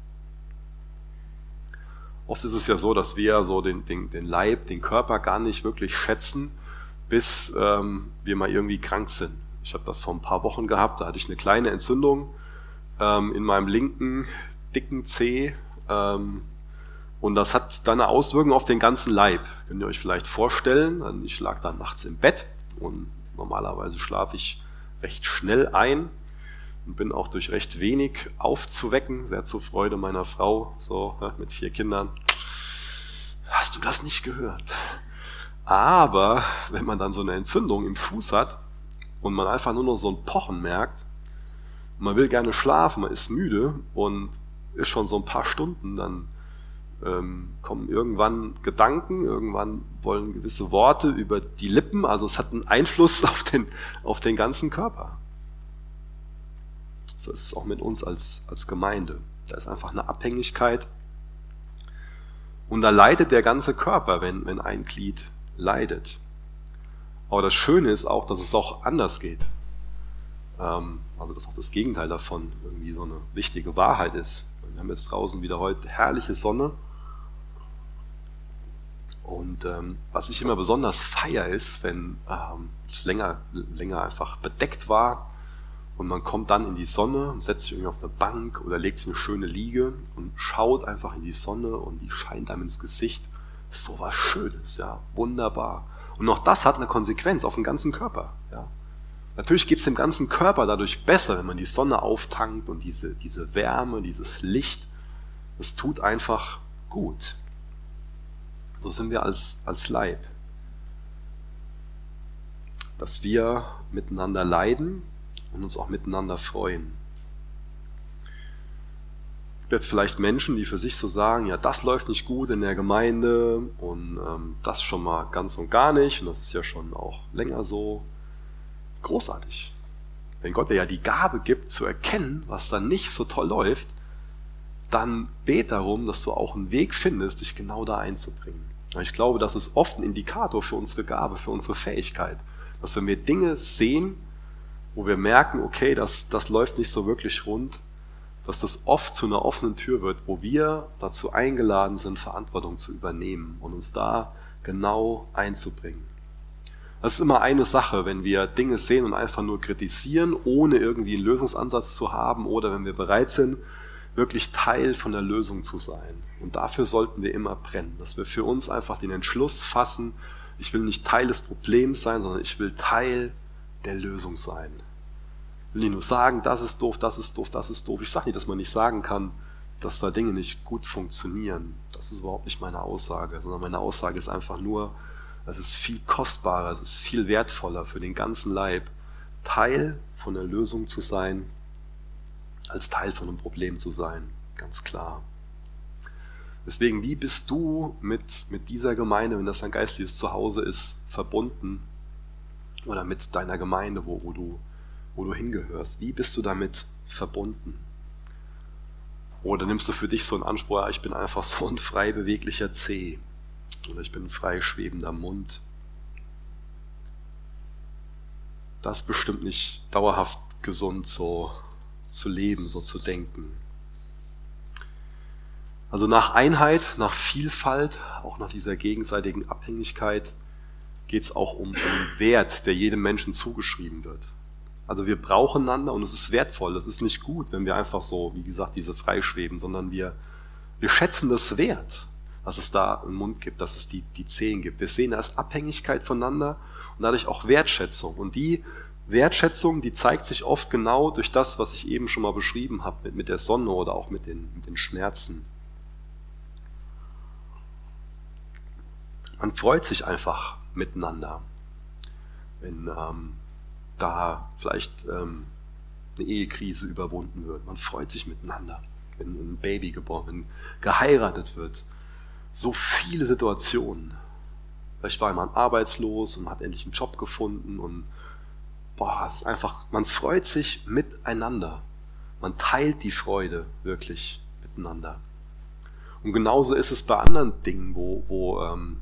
Oft ist es ja so, dass wir so den Leib, den Körper gar nicht wirklich schätzen, bis wir mal irgendwie krank sind. Ich habe das vor ein paar Wochen gehabt, da hatte ich eine kleine Entzündung in meinem linken dicken Zeh. Und das hat dann eine Auswirkung auf den ganzen Leib. Könnt ihr euch vielleicht vorstellen, ich lag dann nachts im Bett und normalerweise schlafe ich recht schnell ein und bin auch durch recht wenig aufzuwecken, sehr zur Freude meiner Frau, so mit 4 Kindern. Hast du das nicht gehört? Aber wenn man dann so eine Entzündung im Fuß hat und man einfach nur noch so ein Pochen merkt, man will gerne schlafen, man ist müde und ist schon so ein paar Stunden, dann kommen irgendwann Gedanken, irgendwann wollen gewisse Worte über die Lippen, also es hat einen Einfluss auf den ganzen Körper. So ist es auch mit uns als Gemeinde. Da ist einfach eine Abhängigkeit und da leidet der ganze Körper, wenn ein Glied leidet. Aber das Schöne ist auch, dass es auch anders geht. Also dass auch das Gegenteil davon irgendwie so eine wichtige Wahrheit ist. Wir haben jetzt draußen wieder heute herrliche Sonne. Und was ich immer besonders feiere ist, wenn es länger einfach bedeckt war und man kommt dann in die Sonne und setzt sich irgendwie auf eine Bank oder legt sich eine schöne Liege und schaut einfach in die Sonne und die scheint einem ins Gesicht. Das ist so was Schönes, ja, wunderbar. Und auch das hat eine Konsequenz auf den ganzen Körper, ja. Natürlich geht es dem ganzen Körper dadurch besser, wenn man die Sonne auftankt und diese Wärme, dieses Licht, das tut einfach gut. So sind wir als Leib. Dass wir miteinander leiden und uns auch miteinander freuen. Es gibt jetzt vielleicht Menschen, die für sich so sagen, ja, das läuft nicht gut in der Gemeinde und das schon mal ganz und gar nicht und das ist ja schon auch länger so. Großartig. Wenn Gott dir ja die Gabe gibt, zu erkennen, was da nicht so toll läuft, dann bet darum, dass du auch einen Weg findest, dich genau da einzubringen. Ich glaube, das ist oft ein Indikator für unsere Gabe, für unsere Fähigkeit. Dass wenn wir Dinge sehen, wo wir merken, okay, das läuft nicht so wirklich rund, dass das oft zu einer offenen Tür wird, wo wir dazu eingeladen sind, Verantwortung zu übernehmen und uns da genau einzubringen. Das ist immer eine Sache, wenn wir Dinge sehen und einfach nur kritisieren, ohne irgendwie einen Lösungsansatz zu haben oder wenn wir bereit sind, wirklich Teil von der Lösung zu sein. Und dafür sollten wir immer brennen, dass wir für uns einfach den Entschluss fassen, ich will nicht Teil des Problems sein, sondern ich will Teil der Lösung sein. Ich will nicht nur sagen, das ist doof, das ist doof, das ist doof. Ich sage nicht, dass man nicht sagen kann, dass da Dinge nicht gut funktionieren. Das ist überhaupt nicht meine Aussage, sondern meine Aussage ist einfach nur, es ist viel kostbarer, es ist viel wertvoller für den ganzen Leib, Teil von der Lösung zu sein, als Teil von einem Problem zu sein. Ganz klar. Deswegen, wie bist du mit dieser Gemeinde, wenn das ein geistliches Zuhause ist, verbunden? Oder mit deiner Gemeinde, wo du hingehörst? Wie bist du damit verbunden? Oder nimmst du für dich so einen Anspruch, ja, ich bin einfach so ein frei beweglicher Zeh. Oder ich bin ein frei schwebender Mund. Das ist bestimmt nicht dauerhaft gesund, so zu leben, so zu denken. Also nach Einheit, nach Vielfalt, auch nach dieser gegenseitigen Abhängigkeit geht es auch um den Wert, der jedem Menschen zugeschrieben wird. Also wir brauchen einander und es ist wertvoll. Es ist nicht gut, wenn wir einfach so, wie gesagt, diese freischweben, sondern wir schätzen das wert, dass es da einen Mund gibt, dass es die Zehen gibt. Wir sehen da ist Abhängigkeit voneinander und dadurch auch Wertschätzung. Und die Wertschätzung, die zeigt sich oft genau durch das, was ich eben schon mal beschrieben habe, mit der Sonne oder auch mit den Schmerzen. Man freut sich einfach miteinander, wenn da vielleicht eine Ehekrise überwunden wird. Man freut sich miteinander, wenn ein Baby geboren wird, wenn geheiratet wird. So viele Situationen. Vielleicht war jemand arbeitslos und man hat endlich einen Job gefunden und es ist einfach, man freut sich miteinander. Man teilt die Freude wirklich miteinander. Und genauso ist es bei anderen Dingen, wo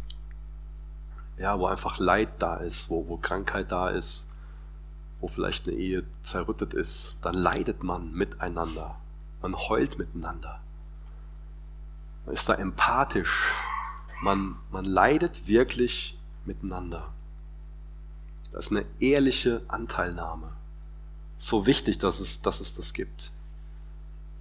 einfach Leid da ist, wo Krankheit da ist, wo vielleicht eine Ehe zerrüttet ist, dann leidet man miteinander. Man heult miteinander. Man ist da empathisch. Man leidet wirklich miteinander. Das ist eine ehrliche Anteilnahme. So wichtig, dass es das gibt.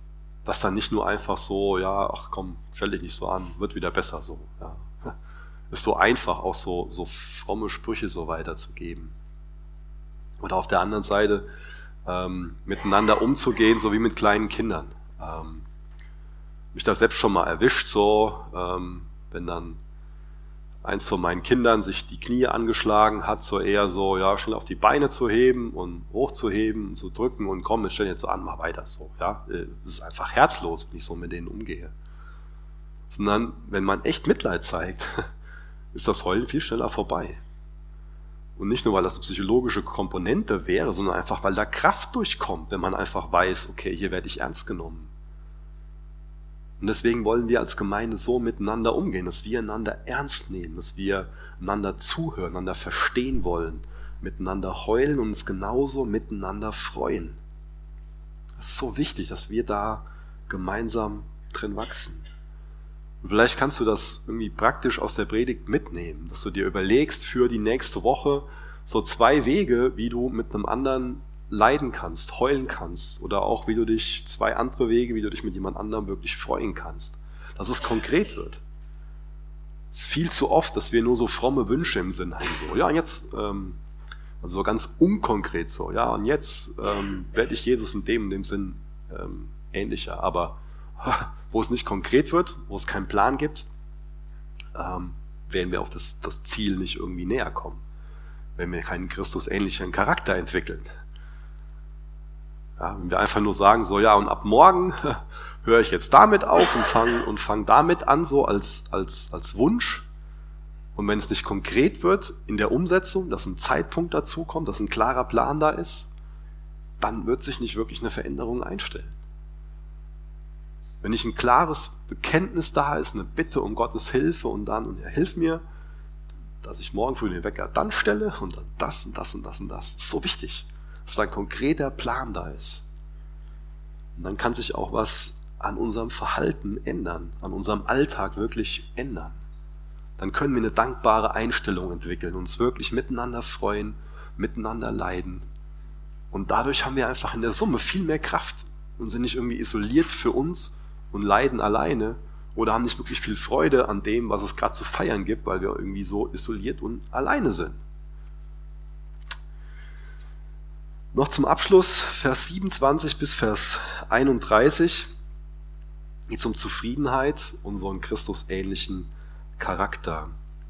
dass dann nicht nur einfach so, ja, ach komm, stell dich nicht so an, wird wieder besser so. Ja. Ist so einfach, auch so fromme Sprüche so weiterzugeben. Oder auf der anderen Seite miteinander umzugehen, so wie mit kleinen Kindern. Mich da selbst schon mal erwischt, so wenn dann eins von meinen Kindern sich die Knie angeschlagen hat, so eher so, ja, schnell auf die Beine zu heben und hochzuheben, zu drücken und komm, wir stellen jetzt so an, mach weiter so, ja. Es ist einfach herzlos, wenn ich so mit denen umgehe. Sondern, wenn man echt Mitleid zeigt, ist das Heulen viel schneller vorbei. Und nicht nur, weil das eine psychologische Komponente wäre, sondern einfach, weil da Kraft durchkommt, wenn man einfach weiß, okay, hier werde ich ernst genommen. Und deswegen wollen wir als Gemeinde so miteinander umgehen, dass wir einander ernst nehmen, dass wir einander zuhören, einander verstehen wollen, miteinander heulen und uns genauso miteinander freuen. Das ist so wichtig, dass wir da gemeinsam drin wachsen. Und vielleicht kannst du das irgendwie praktisch aus der Predigt mitnehmen, dass du dir überlegst für die nächste Woche so 2 Wege, wie du mit einem anderen leiden kannst, heulen kannst, oder auch wie du dich 2 andere Wege, wie du dich mit jemand anderem wirklich freuen kannst. Dass es konkret wird. Es ist viel zu oft, dass wir nur so fromme Wünsche im Sinn haben. So, ja, und jetzt, also so ganz unkonkret so, ja, und jetzt werde ich Jesus in dem Sinn ähnlicher. Aber wo es nicht konkret wird, wo es keinen Plan gibt, werden wir auf das Ziel nicht irgendwie näher kommen. Wenn wir keinen Christusähnlichen Charakter entwickeln. Ja, wenn wir einfach nur sagen, so, ja, und ab morgen höre ich jetzt damit auf und fang damit an, so als Wunsch. Und wenn es nicht konkret wird in der Umsetzung, dass ein Zeitpunkt dazu kommt, dass ein klarer Plan da ist, dann wird sich nicht wirklich eine Veränderung einstellen. Wenn nicht ein klares Bekenntnis da ist, eine Bitte um Gottes Hilfe und Herr, hilf mir, dass ich morgen früh den Wecker dann stelle und dann das und das und das und das. Das ist so wichtig, dass da ein konkreter Plan da ist. Und dann kann sich auch was an unserem Verhalten ändern, an unserem Alltag wirklich ändern. Dann können wir eine dankbare Einstellung entwickeln, uns wirklich miteinander freuen, miteinander leiden. Und dadurch haben wir einfach in der Summe viel mehr Kraft und sind nicht irgendwie isoliert für uns und leiden alleine oder haben nicht wirklich viel Freude an dem, was es gerade zu feiern gibt, weil wir irgendwie so isoliert und alleine sind. Noch zum Abschluss, Vers 27 bis Vers 31, geht es um Zufriedenheit und so einen Christusähnlichen Charakter.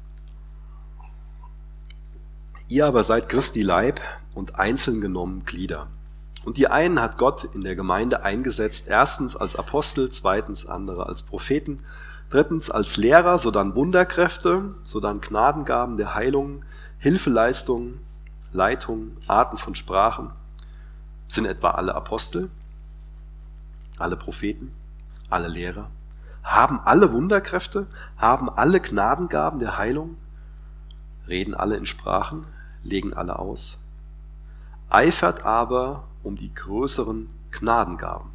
Ihr aber seid Christi Leib und einzeln genommen Glieder. Und die einen hat Gott in der Gemeinde eingesetzt, erstens als Apostel, zweitens andere als Propheten, drittens als Lehrer, sodann Wunderkräfte, sodann Gnadengaben der Heilung, Hilfeleistungen, Leitung, Arten von Sprachen. Sind etwa alle Apostel, alle Propheten, alle Lehrer? Haben alle Wunderkräfte? Haben alle Gnadengaben der Heilung? Reden alle in Sprachen? Legen alle aus? Eifert aber um die größeren Gnadengaben.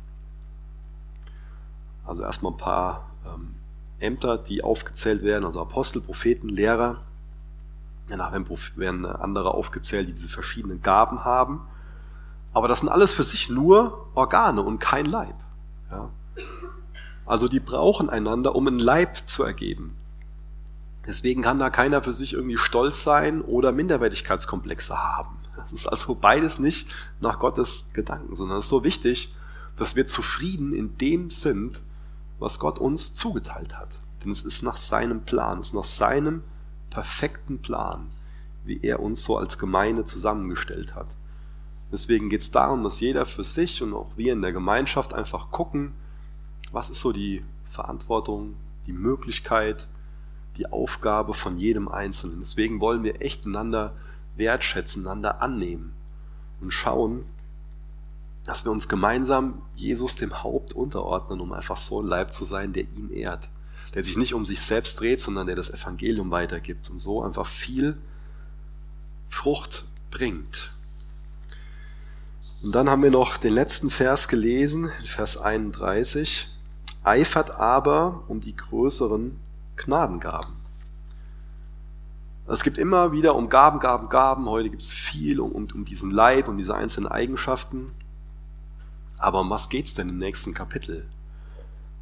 Also erstmal ein paar Ämter, die aufgezählt werden, also Apostel, Propheten, Lehrer. Danach werden andere aufgezählt, die diese verschiedenen Gaben haben. Aber das sind alles für sich nur Organe und kein Leib. Ja? Also die brauchen einander, um einen Leib zu ergeben. Deswegen kann da keiner für sich irgendwie stolz sein oder Minderwertigkeitskomplexe haben. Das ist also beides nicht nach Gottes Gedanken, sondern es ist so wichtig, dass wir zufrieden in dem sind, was Gott uns zugeteilt hat. Denn es ist nach seinem Plan, es ist nach seinem perfekten Plan, wie er uns so als Gemeinde zusammengestellt hat. Deswegen geht es darum, dass jeder für sich und auch wir in der Gemeinschaft einfach gucken, was ist so die Verantwortung, die Möglichkeit, die Aufgabe von jedem Einzelnen. Deswegen wollen wir echt einander wertschätzen, einander annehmen und schauen, dass wir uns gemeinsam Jesus dem Haupt unterordnen, um einfach so ein Leib zu sein, der ihn ehrt, der sich nicht um sich selbst dreht, sondern der das Evangelium weitergibt und so einfach viel Frucht bringt. Und dann haben wir noch den letzten Vers gelesen, Vers 31. Eifert aber um die größeren Gnadengaben. Es gibt immer wieder um Gaben. Heute gibt es viel um diesen Leib, um diese einzelnen Eigenschaften. Aber um was geht's denn im nächsten Kapitel?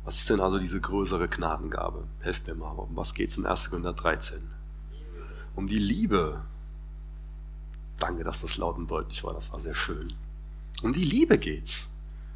Was ist denn also diese größere Gnadengabe? Helft mir mal, um was geht es in 1. Korinther 13? Um die Liebe. Danke, dass das laut und deutlich war, das war sehr schön. Um die Liebe geht's.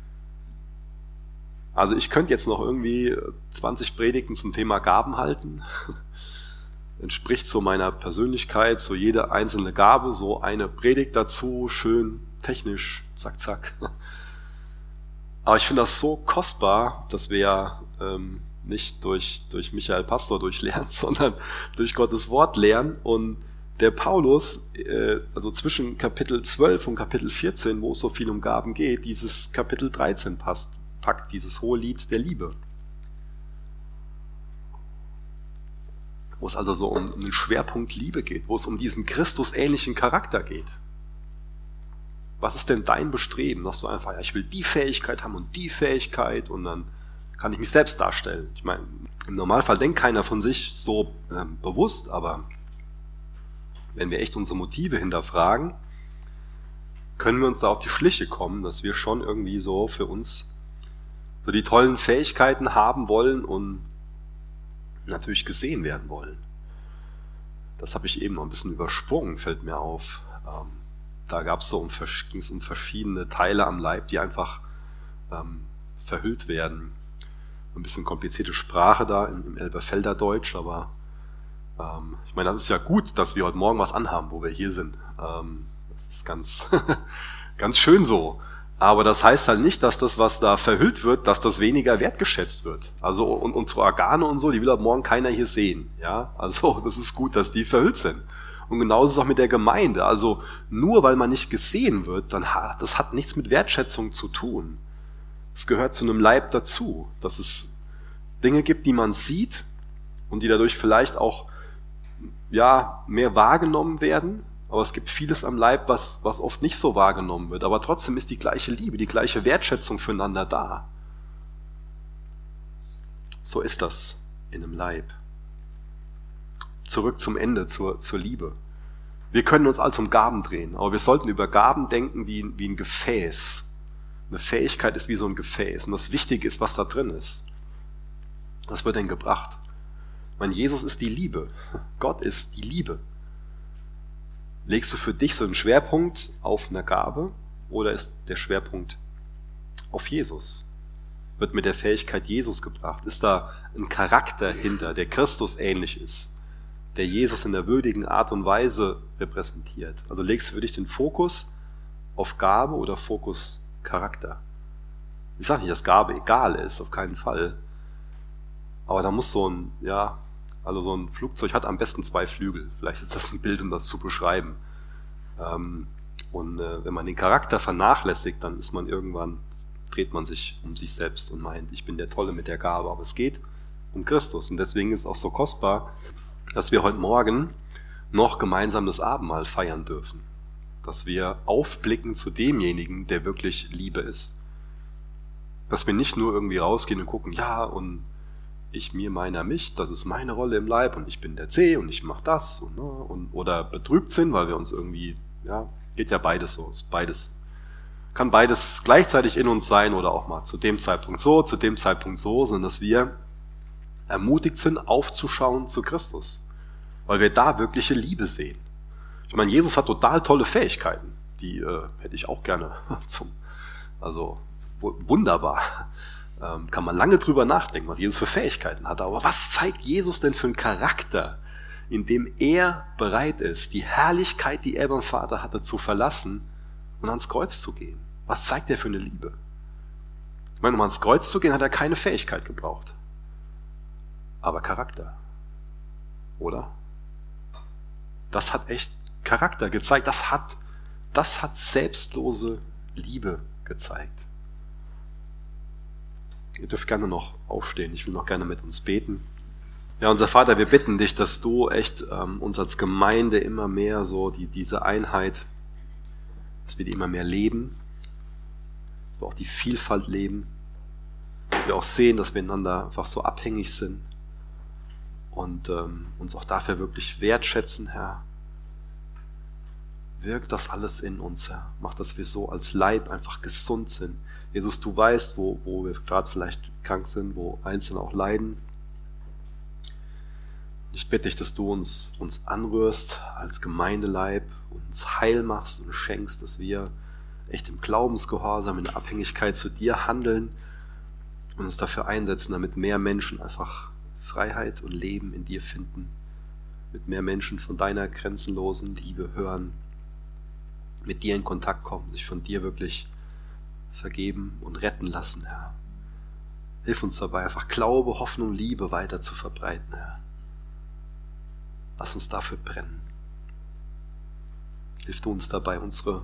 Also ich könnte jetzt noch irgendwie 20 Predigten zum Thema Gaben halten. Entspricht so meiner Persönlichkeit, so jede einzelne Gabe, so eine Predigt dazu, schön technisch, zack, zack. Aber ich finde das so kostbar, dass wir nicht durch Michael Pastor durchlernen, sondern durch Gottes Wort lernen. Und der Paulus, also zwischen Kapitel 12 und Kapitel 14, wo es so viel um Gaben geht, dieses Kapitel 13 packt dieses hohe Lied der Liebe. Wo es also so um den Schwerpunkt Liebe geht, wo es um diesen Christusähnlichen Charakter geht. Was ist denn dein Bestreben? Dass du einfach, ja, ich will die Fähigkeit haben und die Fähigkeit und dann kann ich mich selbst darstellen. Ich meine, im Normalfall denkt keiner von sich so bewusst, aber wenn wir echt unsere Motive hinterfragen, können wir uns da auf die Schliche kommen, dass wir schon irgendwie so für uns so die tollen Fähigkeiten haben wollen und natürlich gesehen werden wollen. Das habe ich eben noch ein bisschen übersprungen, fällt mir auf. Da ging es um verschiedene Teile am Leib, die einfach verhüllt werden. Ein bisschen komplizierte Sprache da im Elberfelder Deutsch, aber ich meine, das ist ja gut, dass wir heute Morgen was anhaben, wo wir hier sind. Das ist ganz, ganz schön so. Aber das heißt halt nicht, dass das, was da verhüllt wird, dass das weniger wertgeschätzt wird. Also und unsere Organe und so, die will ab morgen keiner hier sehen. Ja, also das ist gut, dass die verhüllt sind. Und genauso ist es auch mit der Gemeinde. Also nur weil man nicht gesehen wird, das hat nichts mit Wertschätzung zu tun. Es gehört zu einem Leib dazu, dass es Dinge gibt, die man sieht und die dadurch vielleicht auch mehr wahrgenommen werden. Aber es gibt vieles am Leib, was oft nicht so wahrgenommen wird. Aber trotzdem ist die gleiche Liebe, die gleiche Wertschätzung füreinander da. So ist das in einem Leib. Zurück zum Ende, zur Liebe. Wir können uns also um Gaben drehen, aber wir sollten über Gaben denken wie ein Gefäß. Eine Fähigkeit ist wie so ein Gefäß. Und das Wichtige ist, was da drin ist. Was wird denn gebracht? Ich meine, Jesus ist die Liebe. Gott ist die Liebe. Legst du für dich so einen Schwerpunkt auf eine Gabe oder ist der Schwerpunkt auf Jesus? Wird mit der Fähigkeit Jesus gebracht? Ist da ein Charakter hinter, der Christus ähnlich ist, der Jesus in der würdigen Art und Weise repräsentiert? Also legst du für dich den Fokus auf Gabe oder Fokus Charakter? Ich sage nicht, dass Gabe egal ist, auf keinen Fall. Aber da muss so ein Flugzeug hat am besten 2 Flügel. Vielleicht ist das ein Bild, um das zu beschreiben. Wenn man den Charakter vernachlässigt, dann dreht man sich um sich selbst und meint, ich bin der Tolle mit der Gabe. Aber es geht um Christus. Und deswegen ist es auch so kostbar, dass wir heute Morgen noch gemeinsam das Abendmahl feiern dürfen. Dass wir aufblicken zu demjenigen, der wirklich Liebe ist. Dass wir nicht nur irgendwie rausgehen und gucken, ja, und ich, mir, meiner, mich, das ist meine Rolle im Leib und ich bin der C und ich mache das oder betrübt sind, weil wir uns irgendwie, geht ja beides so, kann beides gleichzeitig in uns sein oder auch mal zu dem Zeitpunkt so, zu dem Zeitpunkt so, sondern dass wir ermutigt sind, aufzuschauen zu Christus, weil wir da wirkliche Liebe sehen. Ich meine, Jesus hat total tolle Fähigkeiten, die hätte ich auch gerne wunderbar. Kann man lange drüber nachdenken, was Jesus für Fähigkeiten hat. Aber was zeigt Jesus denn für einen Charakter, in dem er bereit ist, die Herrlichkeit, die er beim Vater hatte, zu verlassen und ans Kreuz zu gehen? Was zeigt er für eine Liebe? Ich meine, um ans Kreuz zu gehen, hat er keine Fähigkeit gebraucht. Aber Charakter. Oder? Das hat echt Charakter gezeigt. Das hat selbstlose Liebe gezeigt. Ihr dürft gerne noch aufstehen. Ich will noch gerne mit uns beten. Ja, unser Vater, wir bitten dich, dass du echt uns als Gemeinde immer mehr so diese Einheit, dass wir die immer mehr leben, dass wir auch die Vielfalt leben, dass wir auch sehen, dass wir einander einfach so abhängig sind und uns auch dafür wirklich wertschätzen, Herr. Wirk das alles in uns, Herr. Mach, dass wir so als Leib einfach gesund sind, Jesus, du weißt, wo wir gerade vielleicht krank sind, wo Einzelne auch leiden. Ich bitte dich, dass du uns anrührst als Gemeindeleib, uns heil machst und schenkst, dass wir echt im Glaubensgehorsam, in Abhängigkeit zu dir handeln und uns dafür einsetzen, damit mehr Menschen einfach Freiheit und Leben in dir finden, mit mehr Menschen von deiner grenzenlosen Liebe hören, mit dir in Kontakt kommen, sich von dir wirklich vergeben und retten lassen, Herr. Hilf uns dabei, einfach Glaube, Hoffnung, Liebe weiter zu verbreiten, Herr. Lass uns dafür brennen. Hilf du uns dabei, unsere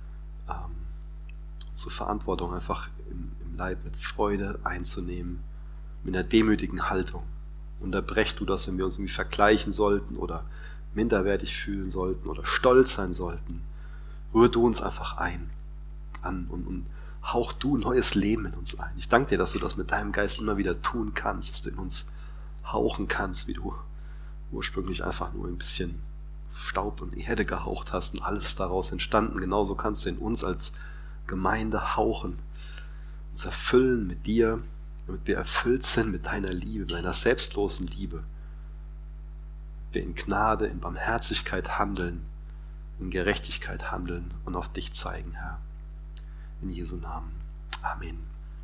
Verantwortung einfach im Leib mit Freude einzunehmen, mit einer demütigen Haltung. Unterbrech du das, wenn wir uns irgendwie vergleichen sollten oder minderwertig fühlen sollten oder stolz sein sollten. Rühr du uns einfach an und hauch du neues Leben in uns ein. Ich danke dir, dass du das mit deinem Geist immer wieder tun kannst, dass du in uns hauchen kannst, wie du ursprünglich einfach nur ein bisschen Staub und Erde gehaucht hast und alles daraus entstanden. Genauso kannst du in uns als Gemeinde hauchen, uns erfüllen mit dir, damit wir erfüllt sind mit deiner Liebe, mit deiner selbstlosen Liebe. Wir in Gnade, in Barmherzigkeit handeln, in Gerechtigkeit handeln und auf dich zeigen, Herr. In Jesu Namen. Amen.